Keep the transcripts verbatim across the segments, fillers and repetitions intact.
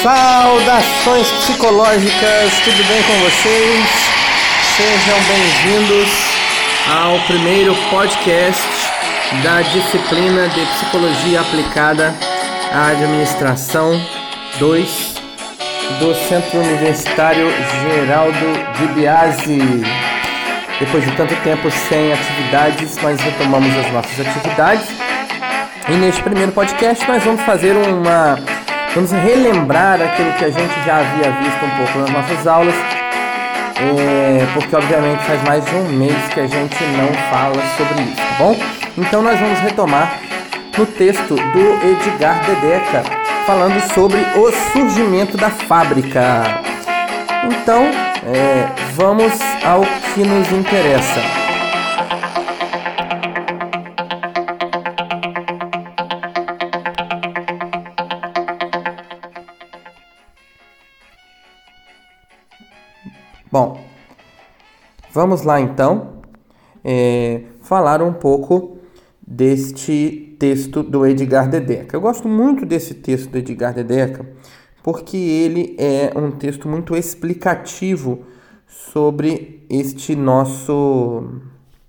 Saudações psicológicas, tudo bem com vocês? Sejam bem-vindos ao primeiro podcast da disciplina de Psicologia Aplicada à Administração dois do Centro Universitário Geraldo de Biasi. Depois de tanto tempo sem atividades, nós retomamos as nossas atividades. E neste primeiro podcast nós vamos fazer uma... Vamos relembrar aquilo que a gente já havia visto um pouco nas nossas aulas, é, porque obviamente faz mais de um mês que a gente não fala sobre isso, tá bom? Então nós vamos retomar no texto do Edgar Dedeca, falando sobre o surgimento da fábrica. Então, é, vamos ao que nos interessa. Bom, vamos lá então é, falar um pouco deste texto do Edgar Dedeca. Eu gosto muito desse texto do Edgar Dedeca porque ele é um texto muito explicativo sobre este nosso...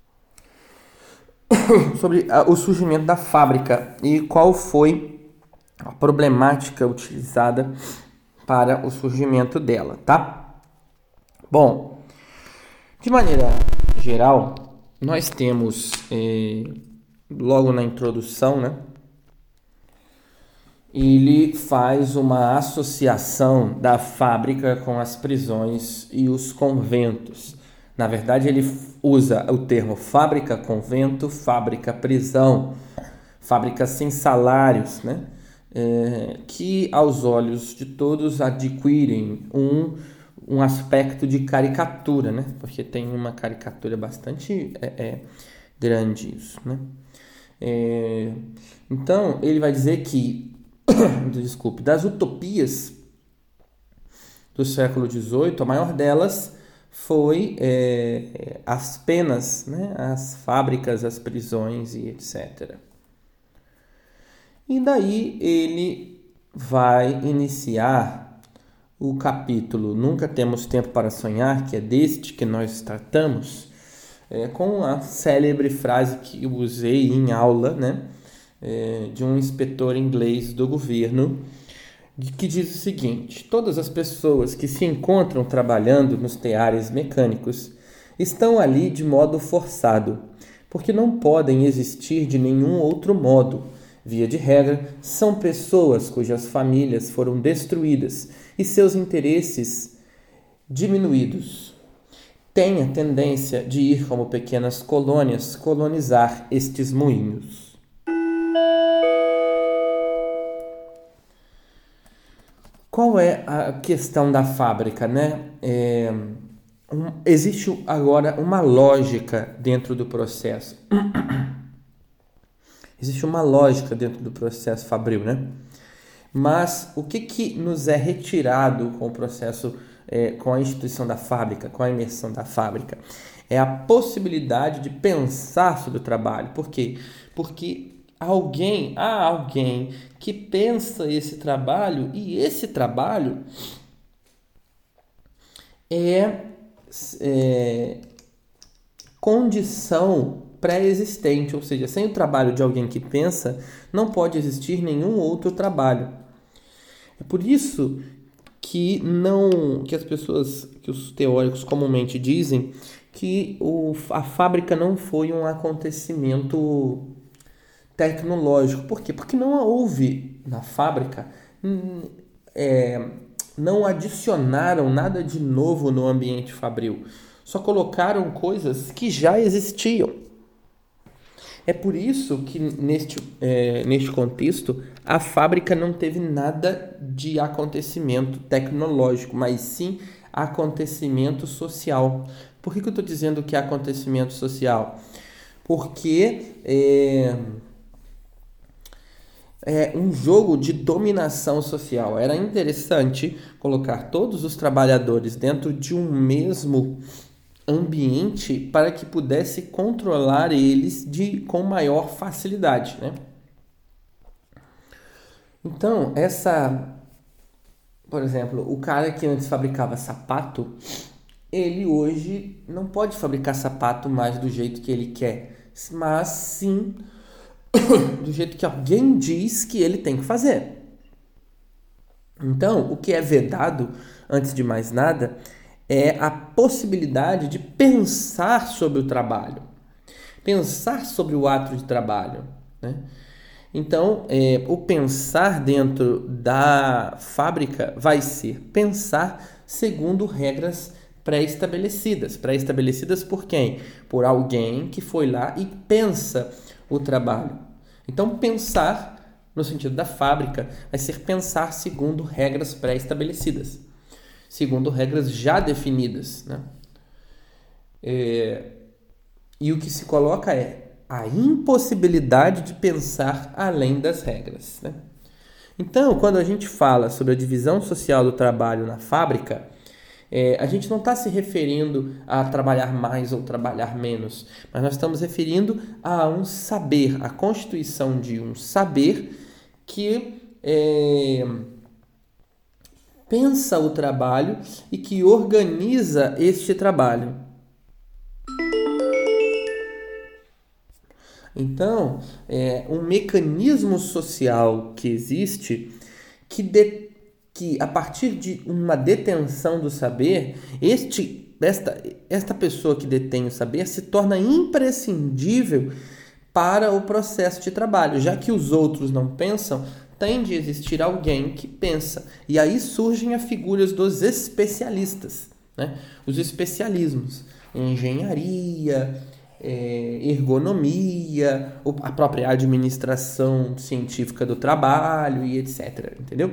sobre o surgimento da fábrica e qual foi a problemática utilizada para o surgimento dela, tá? Bom, de maneira geral, nós temos, eh, logo na introdução, né, ele faz uma associação da fábrica com as prisões e os conventos. Na verdade, ele usa o termo fábrica-convento, fábrica-prisão, fábrica sem salários, né, eh, que aos olhos de todos adquirem um... um aspecto de caricatura, né? Porque tem uma caricatura bastante é, é, grande isso, né? É, então, ele vai dizer que, desculpe, das utopias do século dezoito, a maior delas foi é, as penas, né? As fábricas, as prisões e etcétera. E daí ele vai iniciar o capítulo Nunca Temos Tempo para Sonhar, que é deste que nós tratamos, é, com a célebre frase que eu usei em aula, né, é, de um inspetor inglês do governo, que diz o seguinte: todas as pessoas que se encontram trabalhando nos teares mecânicos estão ali de modo forçado, porque não podem existir de nenhum outro modo. Via de regra, são pessoas cujas famílias foram destruídas e seus interesses diminuídos. Têm a tendência de ir como pequenas colônias colonizar estes moinhos. Qual é a questão da fábrica, né? É, um, existe agora uma lógica dentro do processo. Existe uma lógica dentro do processo fabril, né? Mas o que, que nos é retirado com o processo, é, com a instituição da fábrica, com a imersão da fábrica? É a possibilidade de pensar sobre o trabalho. Por quê? Porque alguém, há alguém que pensa esse trabalho e esse trabalho é, é condição pré-existente, ou seja, sem o trabalho de alguém que pensa, não pode existir nenhum outro trabalho. É por isso que não, que as pessoas, que os teóricos comumente dizem que o, a fábrica não foi um acontecimento tecnológico. Por quê? Porque não houve na fábrica, é, não adicionaram nada de novo no ambiente fabril, só colocaram coisas que já existiam. É por isso que neste, é, neste contexto a fábrica não teve nada de acontecimento tecnológico, mas sim acontecimento social. Por que, que eu estou dizendo que é acontecimento social? Porque é, é um jogo de dominação social. Era interessante colocar todos os trabalhadores dentro de um mesmo ambiente para que pudesse controlar eles de, com maior facilidade, né? Então, essa por exemplo, o cara que antes fabricava sapato, ele hoje não pode fabricar sapato mais do jeito que ele quer, mas sim do jeito que alguém diz que ele tem que fazer. Então, o que é vedado, antes de mais nada, é a possibilidade de pensar sobre o trabalho, pensar sobre o ato de trabalho, né? Então, é, o pensar dentro da fábrica vai ser pensar segundo regras pré-estabelecidas. Pré-estabelecidas por quem? Por alguém que foi lá e pensa o trabalho. Então, pensar, no sentido da fábrica, vai ser pensar segundo regras pré-estabelecidas, segundo regras já definidas, né? É, e o que se coloca é a impossibilidade de pensar além das regras, né? Então, quando a gente fala sobre a divisão social do trabalho na fábrica, é, a gente não está se referindo a trabalhar mais ou trabalhar menos, mas nós estamos referindo a um saber, a constituição de um saber que é, pensa o trabalho e que organiza este trabalho. Então, é um mecanismo social que existe que, de, que a partir de uma detenção do saber, este, esta, esta pessoa que detém o saber se torna imprescindível para o processo de trabalho. Já que os outros não pensam, tem de existir alguém que pensa. E aí surgem as figuras dos especialistas, né? Os especialismos em engenharia, ergonomia, a própria administração científica do trabalho e etcétera. Entendeu?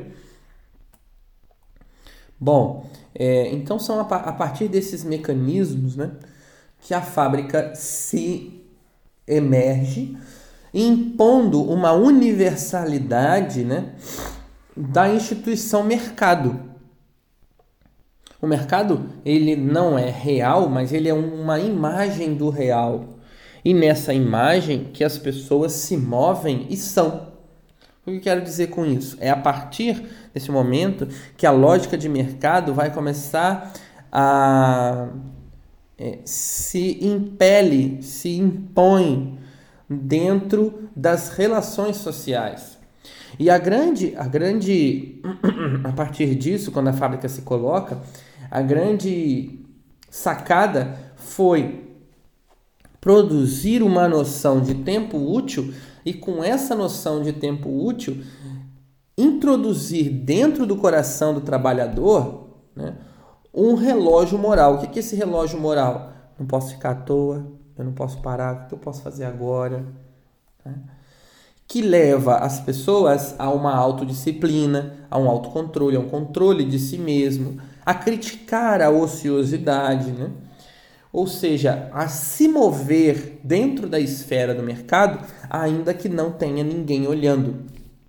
Bom, é, então são a, a partir desses mecanismos, né, que a fábrica se emerge, impondo uma universalidade, né, da instituição mercado. O mercado, ele não é real, mas ele é uma imagem do real. E nessa imagem que as pessoas se movem e são. O que eu quero dizer com isso? É a partir desse momento que a lógica de mercado vai começar a é, se impele, se impõe dentro das relações sociais. E a grande, a grande, a partir disso, quando a fábrica se coloca, a grande sacada foi produzir uma noção de tempo útil e, com essa noção de tempo útil, introduzir dentro do coração do trabalhador, né, um relógio moral. O que é esse relógio moral? Não posso ficar à toa, eu não posso parar, o que eu posso fazer agora? Né? Que leva as pessoas a uma autodisciplina, a um autocontrole, a um controle de si mesmo, a criticar a ociosidade, né? Ou seja, a se mover dentro da esfera do mercado, ainda que não tenha ninguém olhando.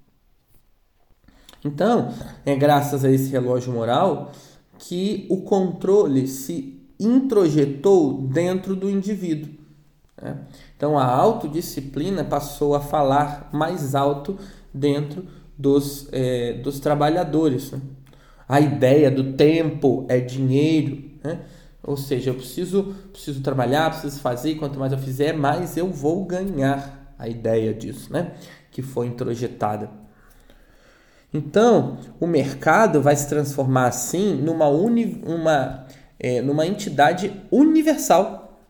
Então, é graças a esse relógio moral que o controle se introjetou dentro do indivíduo, né? Então, a autodisciplina passou a falar mais alto dentro dos, é, dos trabalhadores, né? A ideia do tempo é dinheiro, né? Ou seja, eu preciso, preciso trabalhar, preciso fazer, e quanto mais eu fizer, mais eu vou ganhar. A ideia disso, né? Que foi introjetada. Então, o mercado vai se transformar assim numa, uni, uma, é, numa entidade universal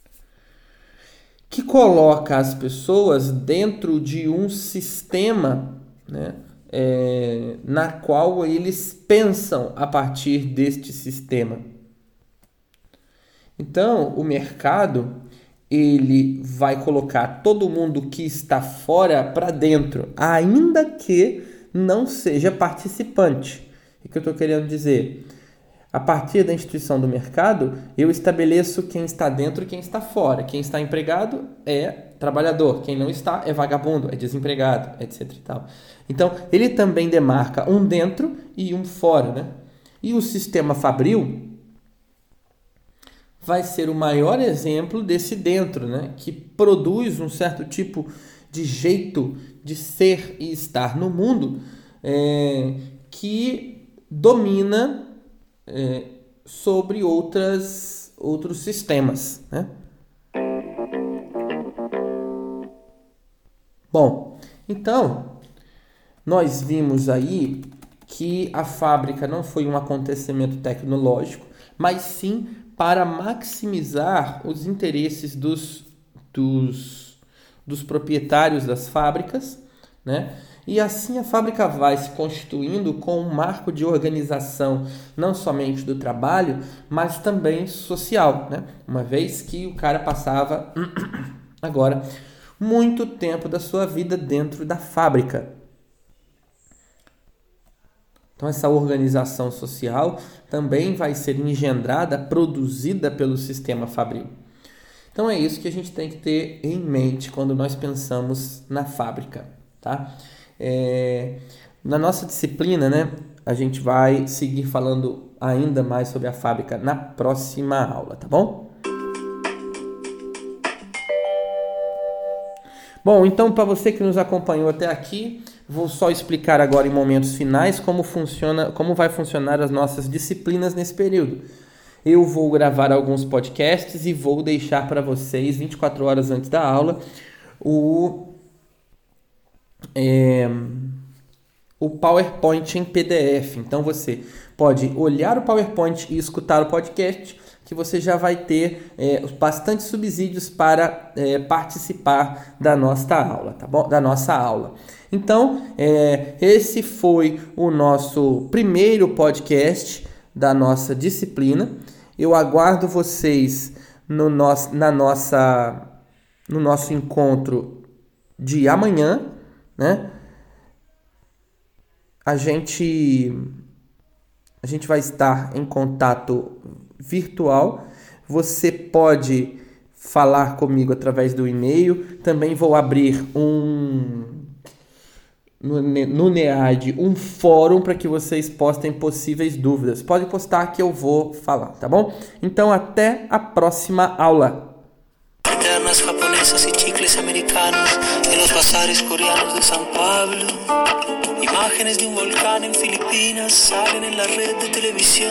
que coloca as pessoas dentro de um sistema, né, é, na qual eles pensam a partir deste sistema. Então, o mercado, ele vai colocar todo mundo que está fora para dentro, ainda que não seja participante. O que eu estou querendo dizer? A partir da instituição do mercado, eu estabeleço quem está dentro e quem está fora. Quem está empregado é trabalhador, quem não está é vagabundo, é desempregado, etc e tal. Então, ele também demarca um dentro e um fora, né? E o sistema fabril vai ser o maior exemplo desse dentro, né? Que produz um certo tipo de jeito de ser e estar no mundo, é, que domina é, sobre outras, outros sistemas, né? Bom, então, nós vimos aí que a fábrica não foi um acontecimento tecnológico, mas sim para maximizar os interesses dos, dos, dos proprietários das fábricas, né? E assim a fábrica vai se constituindo com um marco de organização não somente do trabalho, mas também social, né? Uma vez que o cara passava agora muito tempo da sua vida dentro da fábrica. Então essa organização social também vai ser engendrada, produzida pelo sistema fabril. Então é isso que a gente tem que ter em mente quando nós pensamos na fábrica, tá? É, na nossa disciplina, né, a gente vai seguir falando ainda mais sobre a fábrica na próxima aula, tá bom? Bom, então para você que nos acompanhou até aqui, vou só explicar agora em momentos finais como funciona, como vai funcionar as nossas disciplinas nesse período. Eu vou gravar alguns podcasts e vou deixar para vocês, vinte e quatro horas antes da aula, o É, o PowerPoint em P D F. Então você pode olhar o PowerPoint e escutar o podcast, que você já vai ter é, bastante subsídios para é, participar da nossa aula, tá bom? Da nossa aula. Então, é, esse foi o nosso primeiro podcast da nossa disciplina. Eu aguardo vocês no nosso, na nossa, no nosso encontro de amanhã, né? A gente, a gente vai estar em contato virtual. Você pode falar comigo através do e-mail. Também vou abrir um no, no NEAD um fórum para que vocês postem possíveis dúvidas. Pode postar que eu vou falar, tá bom? Então até a próxima aula. Eternas japonesas y chicles americanos en los bazares coreanos de San Pablo. Imágenes de un volcán en Filipinas salen en la red de televisión.